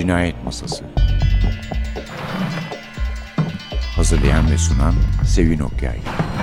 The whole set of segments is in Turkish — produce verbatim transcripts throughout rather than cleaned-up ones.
Cinayet Masası. Hazırlayan ve sunan Sevin Okyay.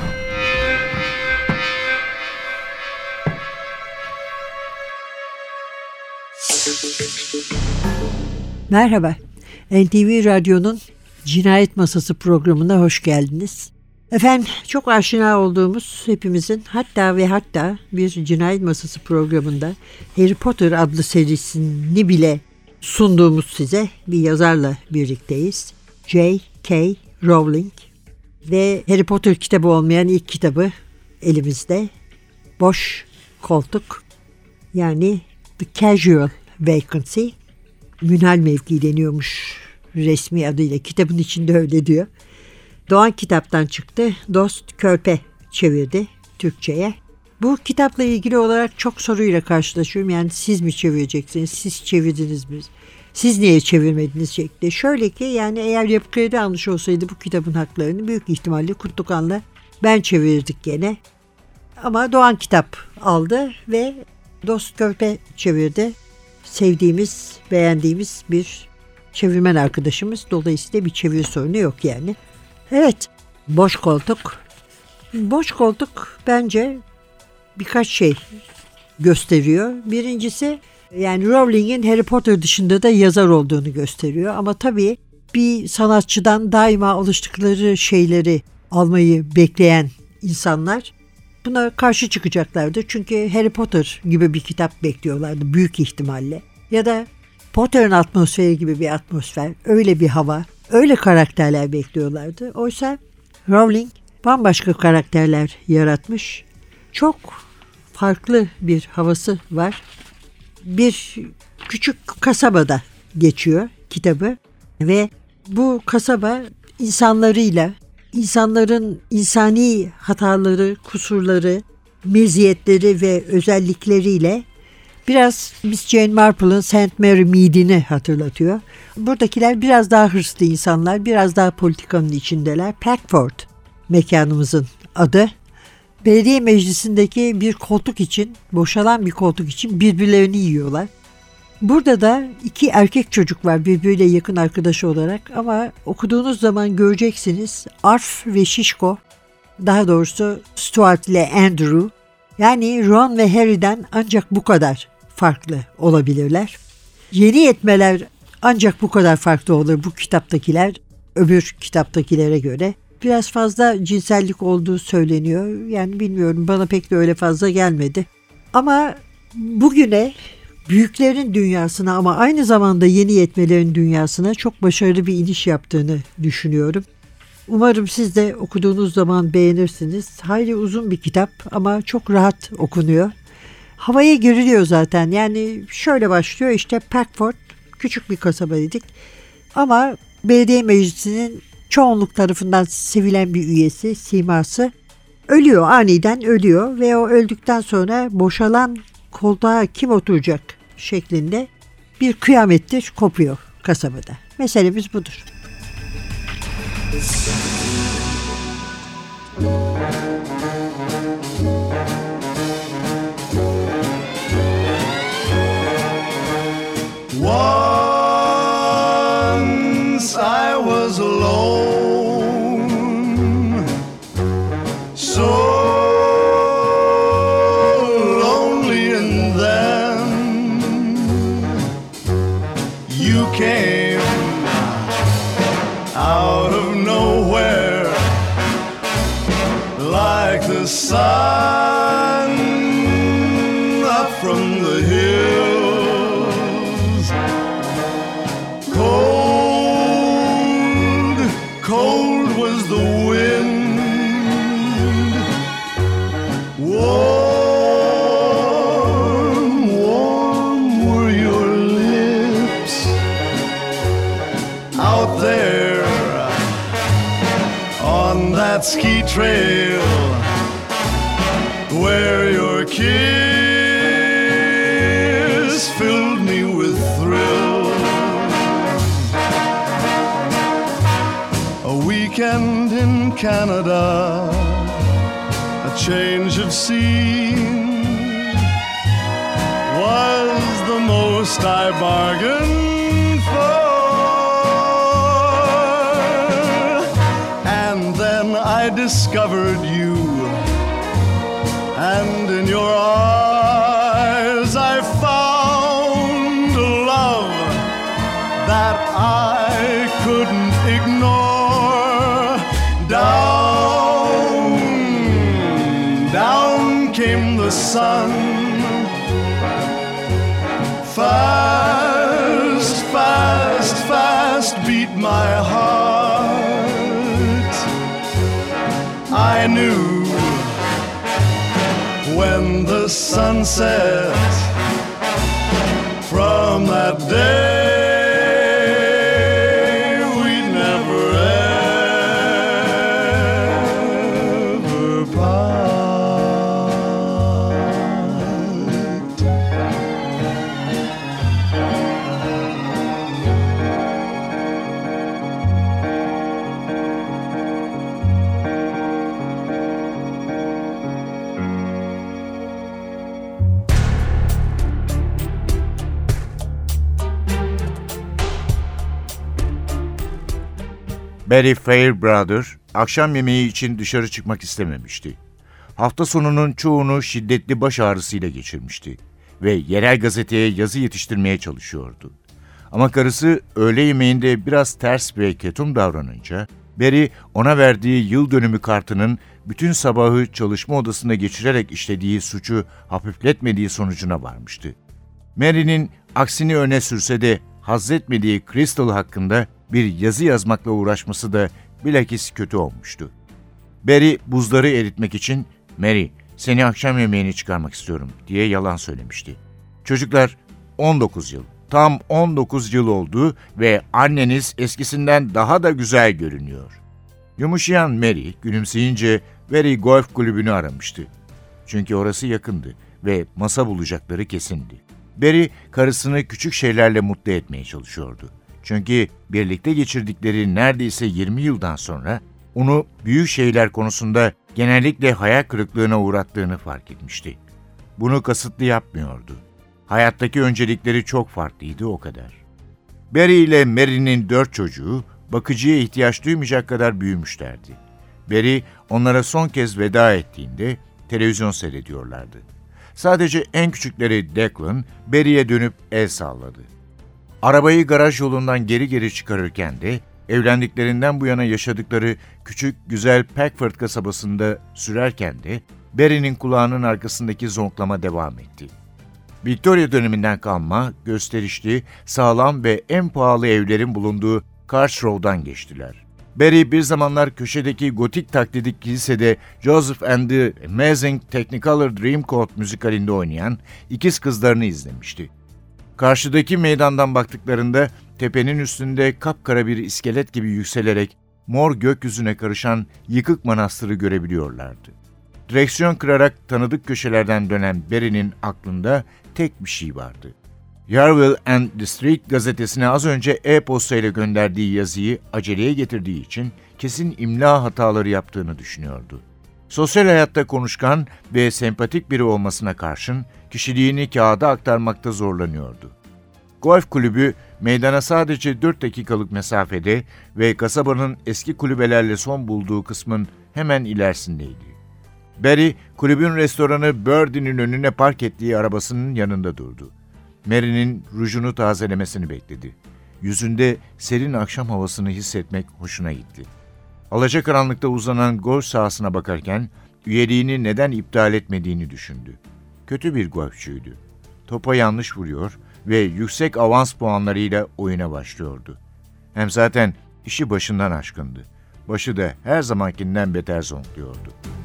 Merhaba, N T V Radyo'nun Cinayet Masası programına hoş geldiniz. Efendim, çok aşina olduğumuz hepimizin hatta ve hatta bir Cinayet Masası programında Harry Potter adlı serisini bile sunduğumuz size bir yazarla birlikteyiz. J K. Rowling ve Harry Potter kitabı olmayan ilk kitabı elimizde. Boş Koltuk, yani The Casual Vacancy, münhal mevki deniyormuş resmi adıyla. Kitabın içinde öyle diyor. Doğan Kitap'tan çıktı. Dost Körpe çevirdi Türkçe'ye. Bu kitapla ilgili olarak çok soruyla karşılaşıyorum. Yani siz mi çevireceksiniz? Siz çevirdiniz mi? Siz niye çevirmediniz şekli? Şöyle ki, yani eğer Yapı Kredi almış olsaydı bu kitabın haklarını büyük ihtimalle Kutlukan'la ben çevirdik gene. Ama Doğan Kitap aldı ve Dost Körpe çevirdi. Sevdiğimiz, beğendiğimiz bir çevirmen arkadaşımız. Dolayısıyla bir çeviri sorunu yok yani. Evet, Boş Koltuk. Boş Koltuk bence birkaç şey gösteriyor. Birincisi, yani Rowling'in Harry Potter dışında da yazar olduğunu gösteriyor. Ama tabii bir sanatçıdan daima alıştıkları şeyleri almayı bekleyen insanlar buna karşı çıkacaklardı. Çünkü Harry Potter gibi bir kitap bekliyorlardı büyük ihtimalle. Ya da Potter'ın atmosferi gibi bir atmosfer, öyle bir hava, öyle karakterler bekliyorlardı. Oysa Rowling bambaşka karakterler yaratmış. Çok farklı bir havası var. Bir küçük kasabada geçiyor kitabı ve bu kasaba insanlarıyla, insanların insani hataları, kusurları, meziyetleri ve özellikleriyle biraz Miss Jane Marple'ın Saint Mary Mead'ini hatırlatıyor. Buradakiler biraz daha hırslı insanlar, biraz daha politikanın içindeler. Packford mekanımızın adı. Belediye meclisindeki bir koltuk için, boşalan bir koltuk için birbirlerini yiyorlar. Burada da iki erkek çocuk var birbiriyle yakın arkadaşı olarak, ama okuduğunuz zaman göreceksiniz Arf ve Şişko, daha doğrusu Stuart ile Andrew, yani Ron ve Harry'den ancak bu kadar farklı olabilirler. Yeni yetmeler ancak bu kadar farklı olur bu kitaptakiler öbür kitaptakilere göre. Biraz fazla cinsellik olduğu söyleniyor. Yani bilmiyorum, bana pek de öyle fazla gelmedi. Ama bugüne, büyüklerin dünyasına ama aynı zamanda yeni yetmelerin dünyasına çok başarılı bir iniş yaptığını düşünüyorum. Umarım siz de okuduğunuz zaman beğenirsiniz. Hayli uzun bir kitap ama çok rahat okunuyor. Havaya giriliyor zaten. Yani şöyle başlıyor, işte Packford küçük bir kasaba dedik. Ama belediye meclisinin çoğunluk tarafından sevilen bir üyesi, siması ölüyor, aniden ölüyor ve o öldükten sonra boşalan koltuğa kim oturacak şeklinde bir kıyamettir kopuyor kasabada. Meselemiz budur. Once I was alone, so lonely, and then you came out of nowhere like the sun up from the hills. Cold, cold was the wind. Warm, warm were your lips out there on that ski trail where your kiss filled me with thrill. A weekend in Canada, a change of scene was the most I bargained for. discovered you, and in your eyes I found a love that I couldn't ignore. Down, down came the sun. Fast, fast, fast beat my heart. I knew when the sun set from that day we'd never ever part. Barry Fairbrother akşam yemeği için dışarı çıkmak istememişti. Hafta sonunun çoğunu şiddetli baş ağrısıyla geçirmişti ve yerel gazeteye yazı yetiştirmeye çalışıyordu. Ama karısı öğle yemeğinde biraz ters ve ketum davranınca Barry ona verdiği yıl dönümü kartının bütün sabahı çalışma odasında geçirerek işlediği suçu hafifletmediği sonucuna varmıştı. Mary'nin aksini öne sürse de hazzetmediği Crystal hakkında bir yazı yazmakla uğraşması da bilakis kötü olmuştu. Barry buzları eritmek için "Mary, seni akşam yemeğini çıkarmak istiyorum" diye yalan söylemişti. Çocuklar, on dokuz yıl, tam on dokuz yıl oldu ve anneniz eskisinden daha da güzel görünüyor. Yumuşayan Mary gülümseyince Barry golf kulübünü aramıştı. Çünkü orası yakındı ve masa bulacakları kesindi. Barry karısını küçük şeylerle mutlu etmeye çalışıyordu. Çünkü birlikte geçirdikleri neredeyse yirmi yıldan sonra onu büyük şeyler konusunda genellikle hayal kırıklığına uğrattığını fark etmişti. Bunu kasıtlı yapmıyordu. Hayattaki öncelikleri çok farklıydı, o kadar. Barry ile Mary'nin dört çocuğu bakıcıya ihtiyaç duymayacak kadar büyümüşlerdi. Barry onlara son kez veda ettiğinde televizyon seyrediyorlardı. Sadece en küçükleri Declan, Barry'e dönüp el salladı. Arabayı garaj yolundan geri geri çıkarırken de evlendiklerinden bu yana yaşadıkları küçük güzel Packford kasabasında sürerken de Barry'nin kulağının arkasındaki zonklama devam etti. Victoria döneminden kalma, gösterişli, sağlam ve en pahalı evlerin bulunduğu Carch Road'dan geçtiler. Barry bir zamanlar köşedeki gotik taklidik kilisede Joseph and the Amazing Technicolor Dreamcoat müzikalinde oynayan ikiz kızlarını izlemişti. Karşıdaki meydandan baktıklarında tepenin üstünde kapkara bir iskelet gibi yükselerek mor gökyüzüne karışan yıkık manastırı görebiliyorlardı. Direksiyon kırarak tanıdık köşelerden dönen Barry'nin aklında tek bir şey vardı. Yarville and the Street gazetesine az önce e-postayla gönderdiği yazıyı aceleye getirdiği için kesin imla hataları yaptığını düşünüyordu. Sosyal hayatta konuşkan ve sempatik biri olmasına karşın kişiliğini kağıda aktarmakta zorlanıyordu. Golf kulübü meydana sadece dört dakikalık mesafede ve kasabanın eski kulübelerle son bulduğu kısmın hemen ilerisindeydi. Barry, kulübün restoranı Birdie'nin önüne park ettiği arabasının yanında durdu. Mary'nin rujunu tazelemesini bekledi. Yüzünde serin akşam havasını hissetmek hoşuna gitti. Alacakaranlıkta uzanan golf sahasına bakarken üyeliğini neden iptal etmediğini düşündü. Kötü bir golfçüydü. Topa yanlış vuruyor ve yüksek avans puanlarıyla oyuna başlıyordu. Hem zaten işi başından aşkındı. Başı da her zamankinden beter zonkluyordu.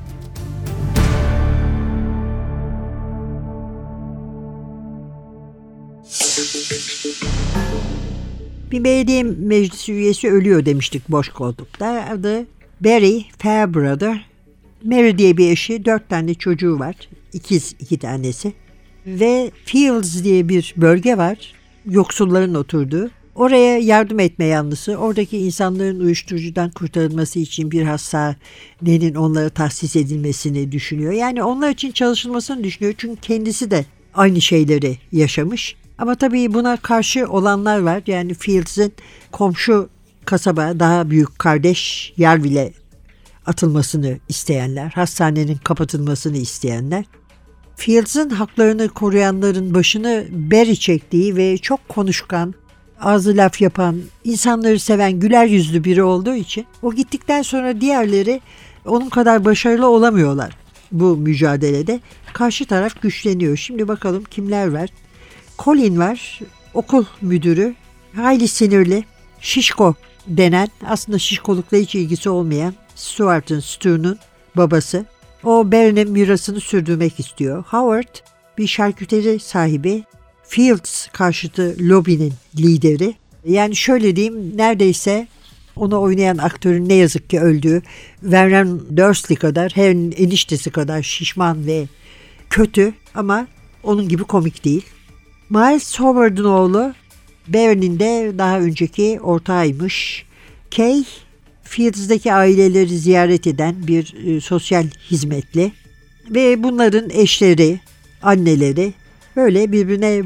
Bir belediye meclisi üyesi ölüyor demiştik boş koltukta. Adı Barry Fairbrother. Mary diye bir eşi, dört tane çocuğu var. İkiz iki tanesi. Ve Fields diye bir bölge var. Yoksulların oturduğu. Oraya yardım etme yanlısı, oradaki insanların uyuşturucudan kurtarılması için bir hastanenin onlara tahsis edilmesini düşünüyor. Yani onlar için çalışılmasını düşünüyor. Çünkü kendisi de aynı şeyleri yaşamış. Ama tabii buna karşı olanlar var. Yani Fields'in komşu kasaba, daha büyük kardeş Yarville'e atılmasını isteyenler, hastanenin kapatılmasını isteyenler. Fields'ın haklarını koruyanların başını Barry çektiği ve çok konuşkan, ağzı laf yapan, insanları seven, güler yüzlü biri olduğu için o gittikten sonra diğerleri onun kadar başarılı olamıyorlar bu mücadelede. Karşı taraf güçleniyor. Şimdi bakalım kimler var? Colin var, okul müdürü, hayli sinirli, şişko denen, aslında şişkolukla hiç ilgisi olmayan Stuart'ın, Stu'nun babası. O Barry'nin mirasını sürdürmek istiyor. Howard bir şarküteri sahibi, Fields karşıtı lobinin lideri. Yani şöyle diyeyim, neredeyse onu oynayan aktörün ne yazık ki öldüğü, Vernon Dursley kadar, Harry'nin eniştesi kadar şişman ve kötü ama onun gibi komik değil. Miles Howard'ın oğlu, Barry'nin de daha önceki ortağıymış. Kay, Fields'daki aileleri ziyaret eden bir e, sosyal hizmetli ve bunların eşleri, anneleri böyle birbirine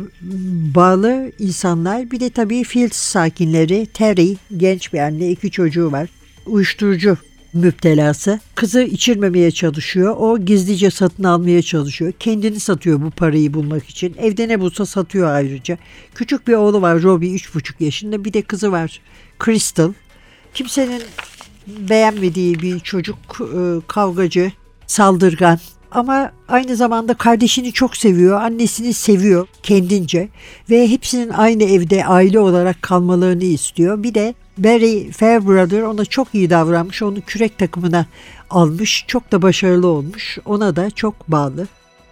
bağlı insanlar. Bir de tabii Fields sakinleri, Terry, genç bir anne, iki çocuğu var. Uyuşturucu müptelası. Kızı içirmemeye çalışıyor. O gizlice satın almaya çalışıyor. Kendini satıyor bu parayı bulmak için. Evde ne bulsa satıyor ayrıca. Küçük bir oğlu var, Robbie, üç buçuk yaşında. Bir de kızı var, Crystal. Kimsenin beğenmediği bir çocuk, kavgacı, saldırgan. Ama aynı zamanda kardeşini çok seviyor, annesini seviyor kendince ve hepsinin aynı evde aile olarak kalmalarını istiyor. Bir de Barry Fairbrother ona çok iyi davranmış, onu kürek takımına almış, çok da başarılı olmuş, ona da çok bağlı.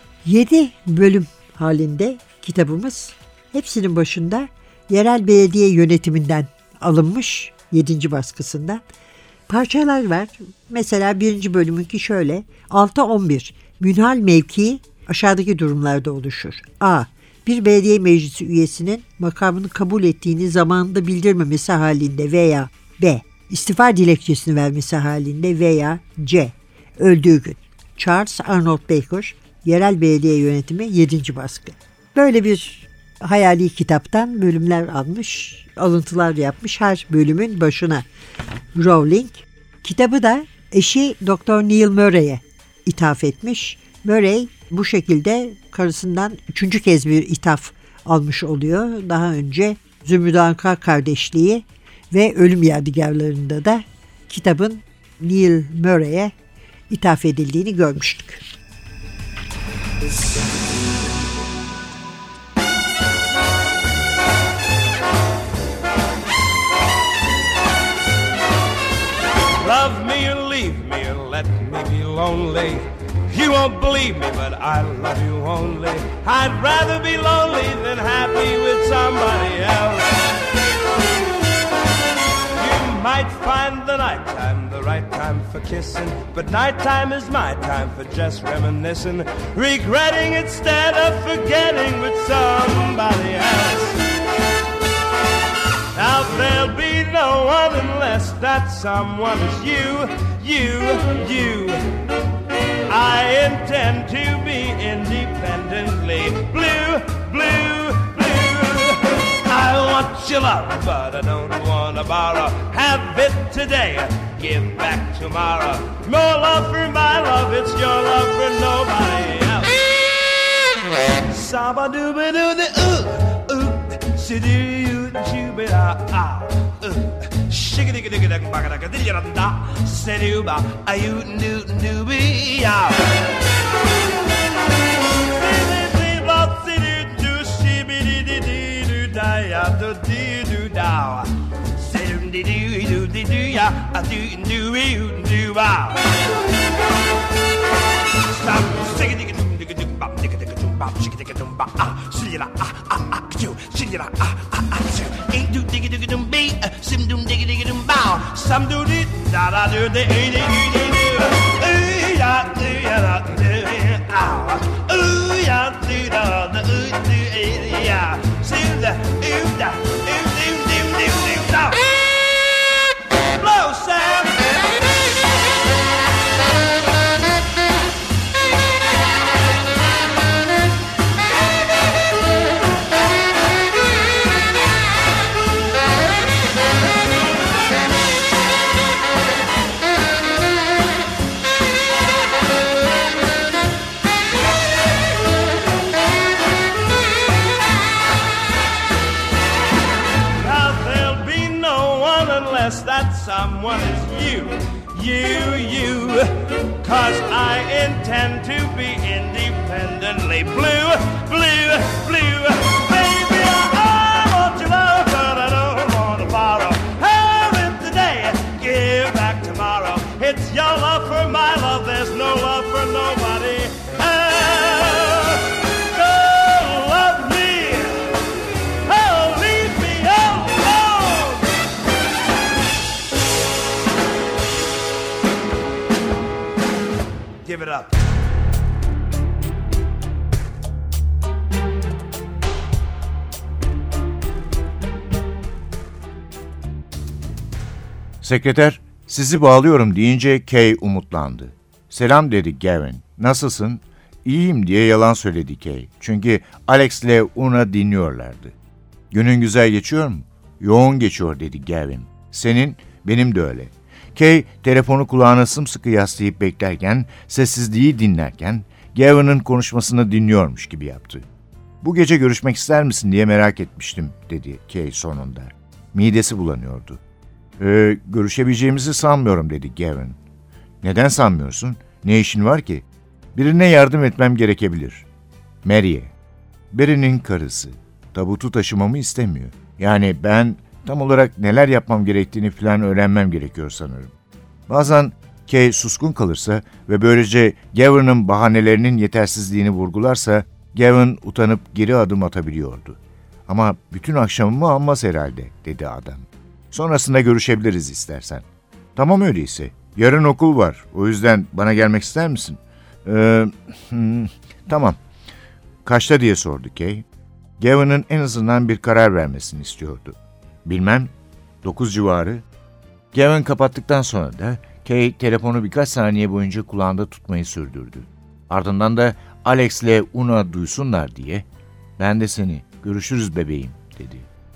Yedi bölüm halinde kitabımız, hepsinin başında yerel belediye yönetiminden alınmış, yedinci baskısından. Parçalar var. Mesela birinci bölümünki şöyle. altı on bir. Münhal mevkii aşağıdaki durumlarda oluşur. A. Bir belediye meclisi üyesinin makamını kabul ettiğini zamanında bildirmemesi halinde veya B. İstifa dilekçesini vermesi halinde veya C. Öldüğü gün. Charles Arnold Baker, Yerel Belediye Yönetimi yedinci baskı. Böyle bir hayali kitaptan bölümler almış, alıntılar yapmış her bölümün başına Rowling. Kitabı da eşi Doktor Neil Murray'e ithaf etmiş. Murray bu şekilde karısından üçüncü kez bir ithaf almış oluyor. Daha önce Zümrüt Anka kardeşliği ve Ölüm Yadigarlarında da kitabın Neil Murray'e ithaf edildiğini görmüştük. Love me or leave me or let me be lonely. You won't believe me, but I love you only. I'd rather be lonely than happy with somebody else. You might find the nighttime the right time for kissing, but nighttime is my time for just reminiscing, regretting instead of forgetting with somebody else. Now there'll be no one unless that someone is you, you, you. I intend to be independently blue, blue, blue. I want your love, but I don't want to borrow. Have it today, give back tomorrow. More love for my love, it's your love for nobody else. Saba dooba doo the ooh, ooh, si doo doo ba ah, ooh. Shigga digga digga digga bagga digga digga da da, si doo ba, ah you doo doo be ah. Si ba si doo doo si bi di di di doo da ya doo di doo da. Si doo di doo doo di doo ya, ah doo doo be doo ba. Stop, shigga digga digga digga ba digga digga doo ba, shigga digga doo ba ah, shigga ah ah ah you, shigga ah ah ah you. Ain't do digga digga doo be, sim doo digga digga doo ba, some do di da da do di di di di di. Ooh ya ooh ya da ooh ah, ooh ya ooh da da ooh ya, see the ooh da ooh doo doo doo doo da. Blow Sam. someone is you, you, you. 'Cause I intend to be independently blue, blue, blue. Baby, I want your love, but I don't want to borrow. Have it today, give back tomorrow. It's your love for my love, there's no love for nobody else. Don't love me, oh, leave me alone. Give it up. Sekreter, sizi bağlıyorum deyince Kay umutlandı. Selam dedi Gavin. Nasılsın? İyiyim diye yalan söyledi Kay. Çünkü Alex ile Una dinliyorlardı. Günün güzel geçiyor mu? Yoğun geçiyor dedi Gavin. Senin, benim de öyle. Kay telefonu kulağına sımsıkı yaslayıp beklerken, sessizliği dinlerken Gavin'in konuşmasını dinliyormuş gibi yaptı. Bu gece görüşmek ister misin diye merak etmiştim dedi Kay sonunda. Midesi bulanıyordu. Ee, görüşebileceğimizi sanmıyorum dedi Gavin. Neden sanmıyorsun? Ne işin var ki? Birine yardım etmem gerekebilir. Mary'e. Barry'nin karısı. Tabutu taşımamı istemiyor. Yani ben tam olarak neler yapmam gerektiğini falan öğrenmem gerekiyor sanırım. Bazen Kay suskun kalırsa ve böylece Gavin'in bahanelerinin yetersizliğini vurgularsa Gavin utanıp geri adım atabiliyordu. Ama bütün akşamımı almaz herhalde dedi adam. Sonrasında görüşebiliriz istersen. Tamam öyleyse. Yarın okul var. O yüzden bana gelmek ister misin? Ee, hmm, tamam. Kaçta diye sordu Kay. Gavin'in en azından bir karar vermesini istiyordu. Bilmem. Dokuz civarı. Gavin kapattıktan sonra da Kay telefonu birkaç saniye boyunca kulağında tutmayı sürdürdü. Ardından da Alex ile Una duysunlar diye ben de seni görüşürüz bebeğim dedi.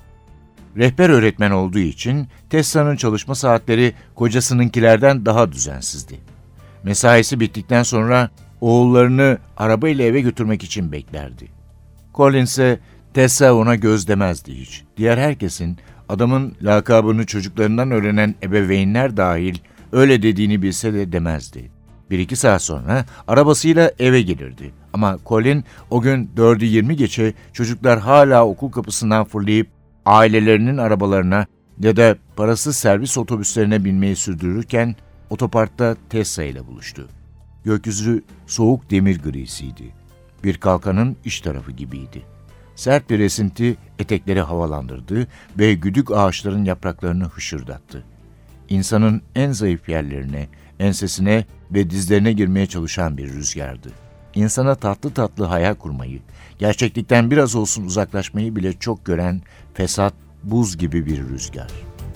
Rehber öğretmen olduğu için Tessa'nın çalışma saatleri kocasınınkilerden daha düzensizdi. Mesaisi bittikten sonra oğullarını arabayla eve götürmek için beklerdi. Colin ise Tessa ona göz demezdi hiç. Diğer herkesin adamın lakabını çocuklarından öğrenen ebeveynler dahil öyle dediğini bilse de demezdi. Bir iki saat sonra arabasıyla eve gelirdi. Ama Colin o gün dördü yirmi geçe çocuklar hala okul kapısından fırlayıp ailelerinin arabalarına ya da parasız servis otobüslerine binmeyi sürdürürken otoparkta Tessa ile buluştu. Gökyüzü soğuk demir grisiydi. Bir kalkanın iç tarafı gibiydi. Sert bir esinti etekleri havalandırdı ve güdük ağaçların yapraklarını hışırdattı. İnsanın en zayıf yerlerine, ensesine ve dizlerine girmeye çalışan bir rüzgardı. İnsana tatlı tatlı hayal kurmayı, gerçeklikten biraz olsun uzaklaşmayı bile çok gören fesat, buz gibi bir rüzgar.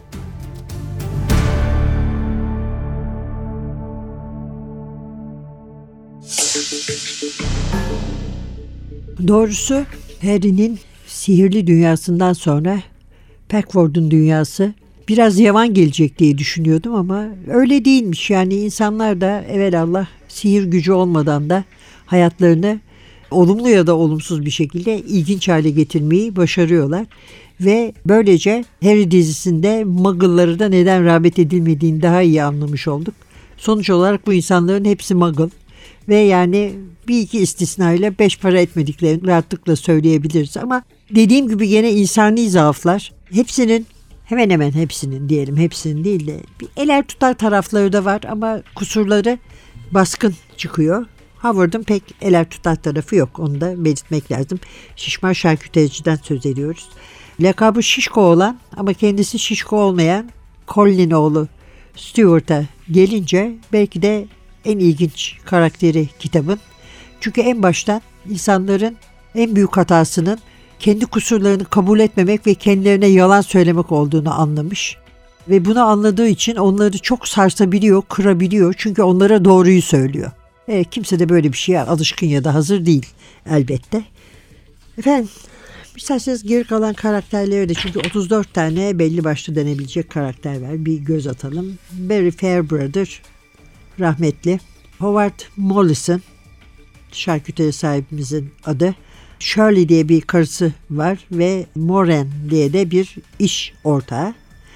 Doğrusu Harry'nin sihirli dünyasından sonra Packford'un dünyası biraz yavan gelecek diye düşünüyordum ama öyle değilmiş. Yani insanlar da evelallah sihir gücü olmadan da hayatlarını olumlu ya da olumsuz bir şekilde ilginç hale getirmeyi başarıyorlar. Ve böylece Harry dizisinde Muggle'ları da neden rağbet edilmediğini daha iyi anlamış olduk. Sonuç olarak bu insanların hepsi Muggle. Ve yani bir iki istisnayla beş para etmediklerini rahatlıkla söyleyebiliriz. Ama dediğim gibi gene insani zaaflar, hepsinin hemen hemen hepsinin diyelim hepsinin değil de bir eler tutar tarafları da var ama kusurları baskın çıkıyor. Howard'ın pek eler tutar tarafı yok, onu da belirtmek lazım. Şişman şarkütericiden söz ediyoruz. Lakabı şişko olan ama kendisi şişko olmayan Colin'in oğlu Stuart'a gelince belki de en ilginç karakteri kitabın. Çünkü en baştan insanların en büyük hatasının kendi kusurlarını kabul etmemek ve kendilerine yalan söylemek olduğunu anlamış. Ve bunu anladığı için onları çok sarsabiliyor, kırabiliyor. Çünkü onlara doğruyu söylüyor. E, kimse de böyle bir şeye alışkın ya da hazır değil elbette. Efendim, isterseniz geri kalan karakterleri de, çünkü otuz dört tane belli başlı denebilecek karakter var. Bir göz atalım. Barry Fairbrother rahmetli. Howard Mollison, şarküteri sahibimizin adı. Shirley diye bir karısı var ve Moran diye de bir iş ortağı.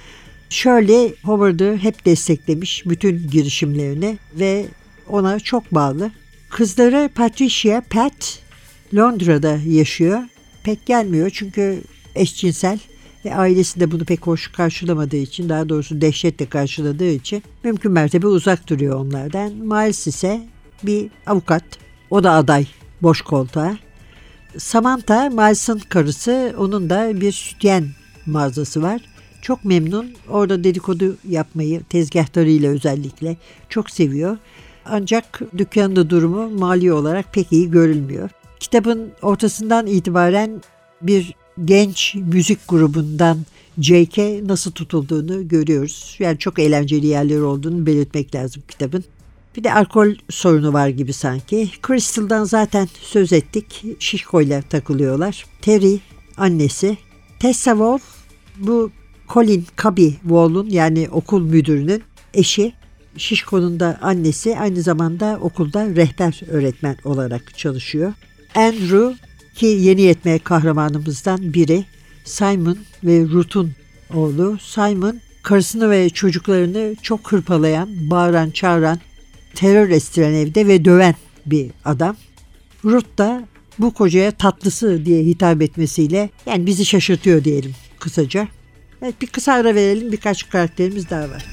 Shirley Howard'ı hep desteklemiş bütün girişimlerini ve ona çok bağlı. Kızları Patricia, Pat Londra'da yaşıyor. Pek gelmiyor çünkü eşcinsel ve ailesi de bunu pek hoş karşılamadığı için, daha doğrusu dehşetle karşıladığı için mümkün mertebe uzak duruyor onlardan. Miles ise bir avukat. O da aday boş koltuğa. Samantha, Miles'ın karısı, onun da bir sütyen mağazası var. Çok memnun. Orada dedikodu yapmayı, tezgahlarıyla özellikle çok seviyor. Ancak dükkanın durumu mali olarak pek iyi görülmüyor. Kitabın ortasından itibaren bir genç müzik grubundan J K nasıl tutulduğunu görüyoruz. Yani çok eğlenceli yerleri olduğunu belirtmek lazım kitabın. Bir de alkol sorunu var gibi sanki. Crystal'dan zaten söz ettik. Şişko'yla takılıyorlar. Terry, annesi. Tessa Wolf, bu Colin Cabby Wall'un yani okul müdürünün eşi. Şişko'nun da annesi, aynı zamanda okulda rehber öğretmen olarak çalışıyor. Andrew, ki yeni yetme kahramanımızdan biri, Simon ve Ruth'un oğlu. Simon, karısını ve çocuklarını çok hırpalayan, bağıran, çağıran, terör estiren evde ve döven bir adam. Ruth da bu kocaya tatlısı diye hitap etmesiyle yani bizi şaşırtıyor diyelim kısaca. Evet, bir kısa ara verelim, birkaç karakterimiz daha var.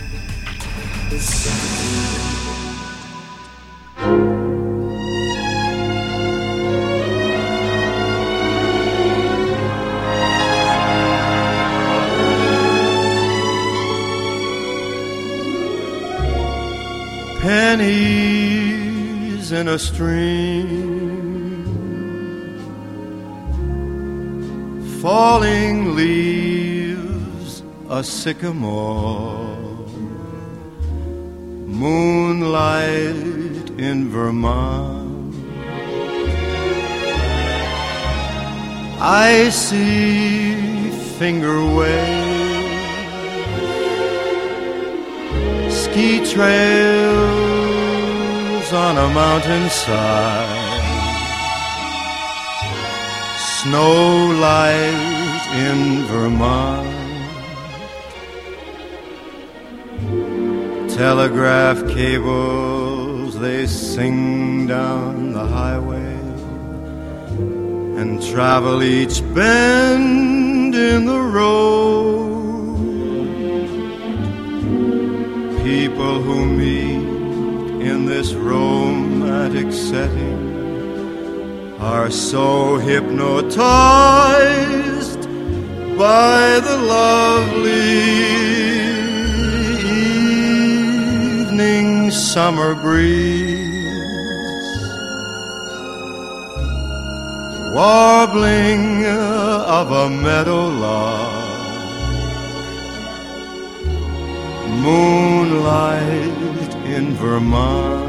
Pennies in a stream, falling leaves a sycamore, moonlight in Vermont. I see finger waves, ski trails on a mountainside, snow light in Vermont. Telegraph cables, they sing down the highway and travel each bend in the road. People who meet in this romantic setting are so hypnotized by the lovely evening summer breeze, warbling of a meadowlark, moonlight in Vermont.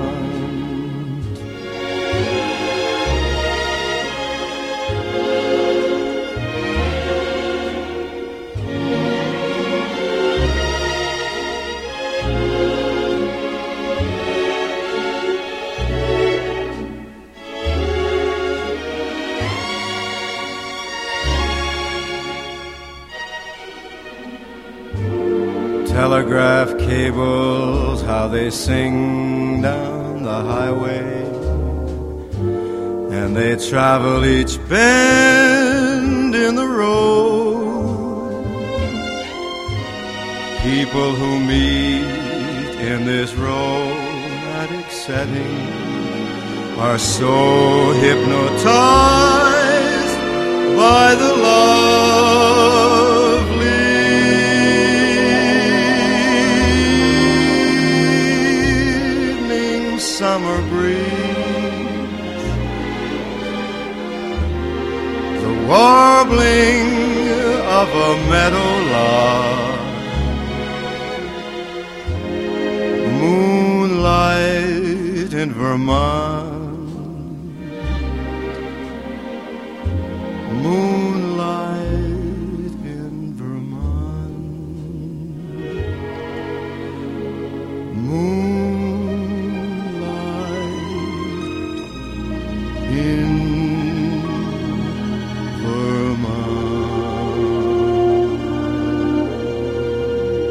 Telegraph cables, how they sing down the highway, and they travel each bend in the road. People who meet in this romantic setting are so hypnotized by the lovely summer breeze, the warbling of a meadowlark, moonlight in Vermont, moonlight in Vermont, moon in Vermont.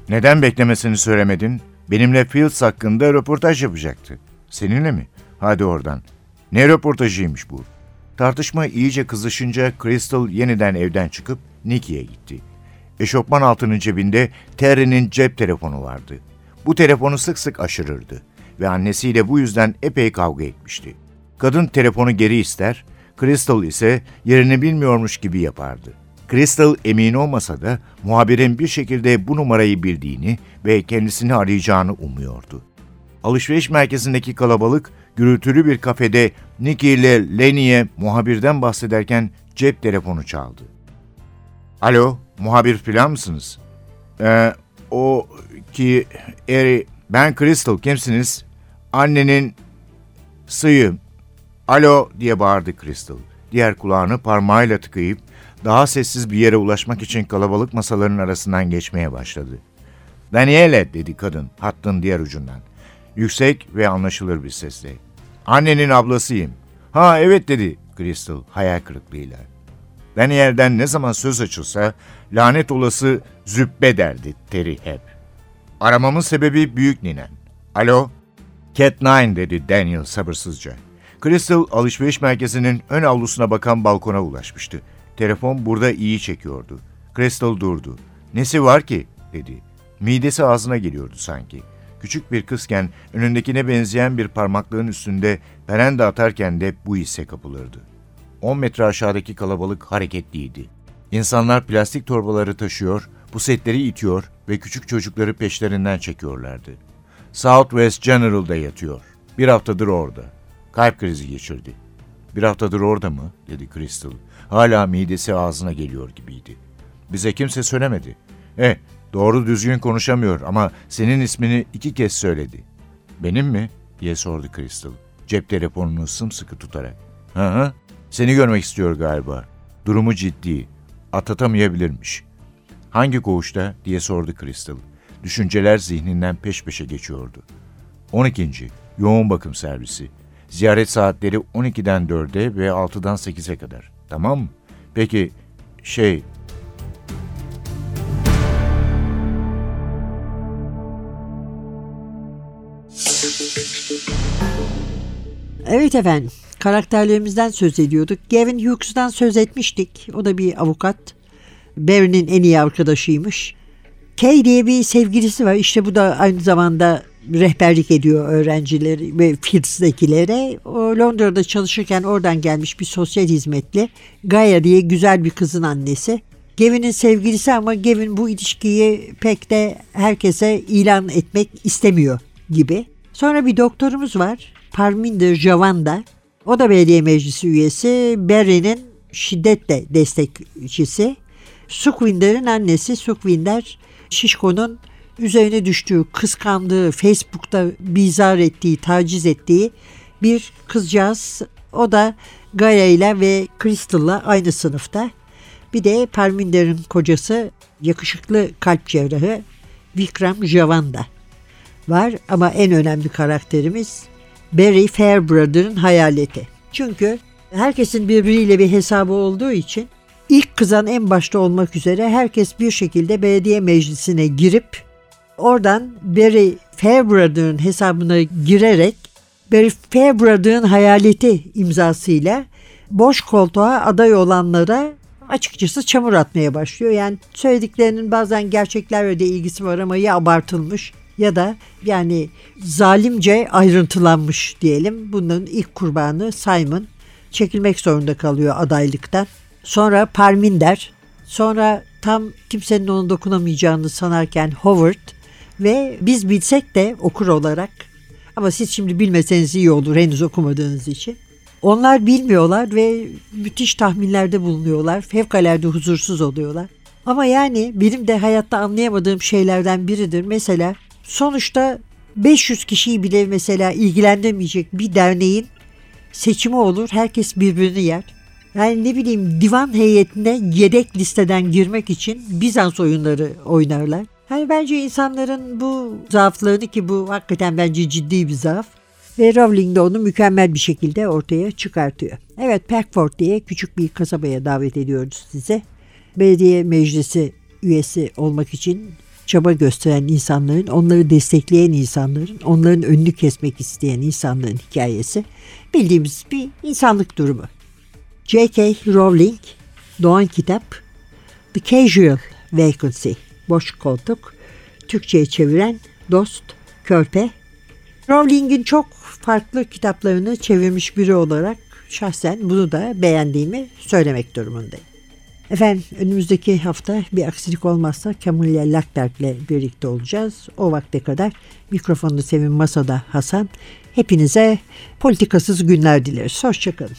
Neden beklemesini söylemedin? Benimle Fields hakkında röportaj yapacaktı. Seninle mi? Hadi oradan. Ne röportajıymış bu? Tartışma iyice kızışınca Crystal yeniden evden çıkıp Nicky'ye gitti. Eşofman altının cebinde Terry'nin cep telefonu vardı. Bu telefonu sık sık aşırırdı ve annesiyle bu yüzden epey kavga etmişti. Kadın telefonu geri ister, Crystal ise yerini bilmiyormuş gibi yapardı. Crystal emin olmasa da muhabirin bir şekilde bu numarayı bildiğini ve kendisini arayacağını umuyordu. Alışveriş merkezindeki kalabalık gürültülü bir kafede Nicky ile Lenny'e muhabirden bahsederken cep telefonu çaldı. Alo, muhabir filan mısınız? Ee, o ki, eri, ben Crystal, kimsiniz? Annenin sıyım. Alo diye bağırdı Crystal. Diğer kulağını parmağıyla tıkayıp daha sessiz bir yere ulaşmak için kalabalık masaların arasından geçmeye başladı. Daniele dedi kadın hattın diğer ucundan. Yüksek ve anlaşılır bir sesle. Annenin ablasıyım. Ha evet dedi Crystal hayal kırıklığıyla. Daniel'den ne zaman söz açılsa lanet olası züppe derdi Terry hep. Aramamın sebebi büyük ninen. Alo? Cat Nine dedi Daniel sabırsızca. Crystal alışveriş merkezinin ön avlusuna bakan balkona ulaşmıştı. Telefon burada iyi çekiyordu. Crystal durdu. Nesi var ki? Dedi. Midesi ağzına geliyordu sanki. Küçük bir kızken önündekine benzeyen bir parmaklığın üstünde perenda atarken de bu hisse kapılırdı. On metre aşağıdaki kalabalık hareketliydi. İnsanlar plastik torbaları taşıyor, pusetleri itiyor ve küçük çocukları peşlerinden çekiyorlardı. Southwest General'da yatıyor. Bir haftadır orada. Kalp krizi geçirdi. Bir haftadır orada mı? Dedi Crystal. Hala midesi ağzına geliyor gibiydi. Bize kimse söylemedi. Eh, doğru düzgün konuşamıyor ama senin ismini iki kez söyledi. Benim mi? Diye sordu Crystal. Cep telefonunu sımsıkı tutarak. Hı hı. Seni görmek istiyor galiba. Durumu ciddi. Atlatamayabilirmiş. Hangi koğuşta? Diye sordu Crystal. Düşünceler zihninden peş peşe geçiyordu. on ikinci. Yoğun bakım servisi. Ziyaret saatleri on ikiden dörde ve altıdan sekize kadar. Tamam mı? Peki, şey... Evet efendim, karakterlerimizden söz ediyorduk. Gavin Hughes'dan söz etmiştik. O da bir avukat. Barry'nin en iyi arkadaşıymış. Kay diye bir sevgilisi var. İşte bu da aynı zamanda rehberlik ediyor öğrencileri ve Fields'dekilere. O Londra'da çalışırken oradan gelmiş bir sosyal hizmetli. Gaia diye güzel bir kızın annesi. Gavin'in sevgilisi ama Gavin bu ilişkiyi pek de herkese ilan etmek istemiyor gibi. Sonra bir doktorumuz var. Parminder Javanda. O da belediye meclisi üyesi. Barry'nin şiddetle destekçisi. Sukhwinder'in annesi. Sukhwinder, Şişko'nun üzerine düştüğü, kıskandığı, Facebook'ta bizar ettiği, taciz ettiği bir kızcağız. O da Gaia ile ve Crystal'la aynı sınıfta. Bir de Parminder'in kocası, yakışıklı kalp cerrahı Vikram Javanda var. Ama en önemli karakterimiz Barry Fairbrother'ın hayaleti. Çünkü herkesin birbiriyle bir hesabı olduğu için ilk kızan en başta olmak üzere herkes bir şekilde belediye meclisine girip oradan Barry Fairbrother'ın hesabına girerek Barry Fairbrother'ın hayaleti imzasıyla boş koltuğa aday olanlara açıkçası çamur atmaya başlıyor. Yani söylediklerinin bazen gerçeklerle de ilgisi var ama ya abartılmış ya da yani zalimce ayrıntılanmış diyelim. Bunların ilk kurbanı Simon çekilmek zorunda kalıyor adaylıktan. Sonra Parminder, sonra tam kimsenin ona dokunamayacağını sanarken Howard ve biz bilsek de okur olarak, ama siz şimdi bilmeseniz iyi olur henüz okumadığınız için. Onlar bilmiyorlar ve müthiş tahminlerde bulunuyorlar. Fevkalade huzursuz oluyorlar. Ama yani benim de hayatta anlayamadığım şeylerden biridir. Mesela sonuçta beş yüz kişiyi bile mesela ilgilendirmeyecek bir derneğin seçimi olur. Herkes birbirini yer. Yani ne bileyim divan heyetine yedek listeden girmek için Bizans oyunları oynarlar. Hani bence insanların bu zaaflarını, ki bu hakikaten bence ciddi bir zaaf, ve Rowling de onu mükemmel bir şekilde ortaya çıkartıyor. Evet, Packford diye küçük bir kasabaya davet ediyoruz size. Belediye meclisi üyesi olmak için çaba gösteren insanların, onları destekleyen insanların, onların önünü kesmek isteyen insanların hikayesi. Bildiğimiz bir insanlık durumu. J K. Rowling, Doğan Kitap, The Casual Vacancy, Boş Koltuk, Türkçe'ye çeviren Dost, Körpe. Rowling'in çok farklı kitaplarını çevirmiş biri olarak şahsen bunu da beğendiğimi söylemek durumundayım. Efendim önümüzdeki hafta bir aksilik olmazsa Camilla Lackberg'le birlikte olacağız. O vakte kadar mikrofonu Sevin, masada Hasan. Hepinize politikasız günler dileriz. Hoşçakalın.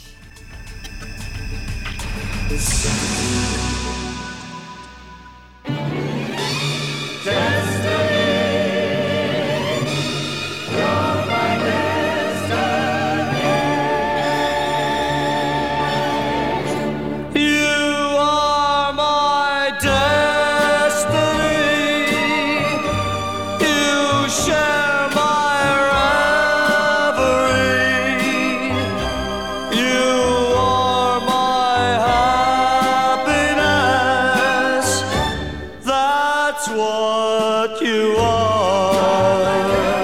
What you are,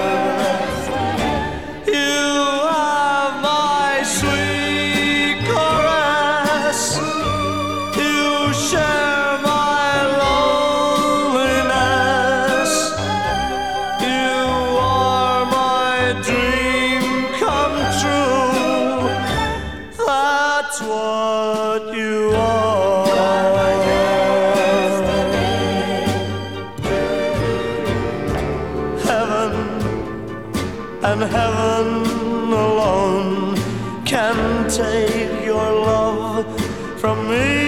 you are my sweet caress, you share my loneliness, you are my dream come true, that's what you are. And heaven alone can take your love from me,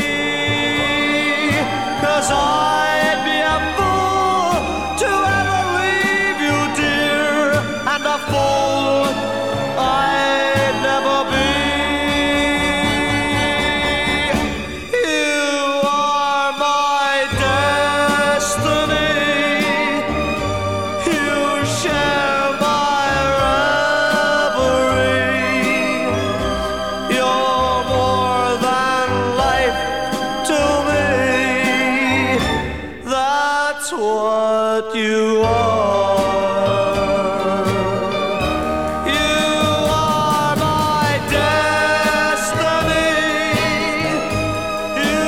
'cause I'd be a fool to ever leave you, dear, and a fool I'd never be. You are my destiny, you share my reverie, you're more than life to me, that's what you are. You are my destiny, you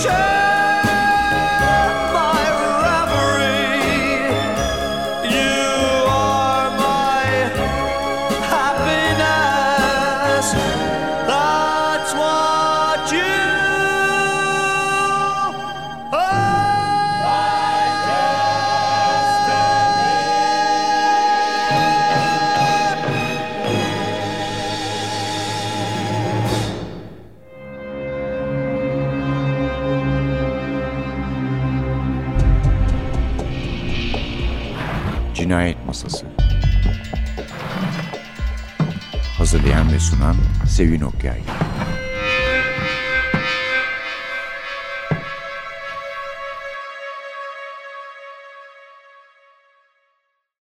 share my reverie, you are my happiness, that's what you are. Cinayet Masası. Hazırlayan ve sunan Sevin Okyay.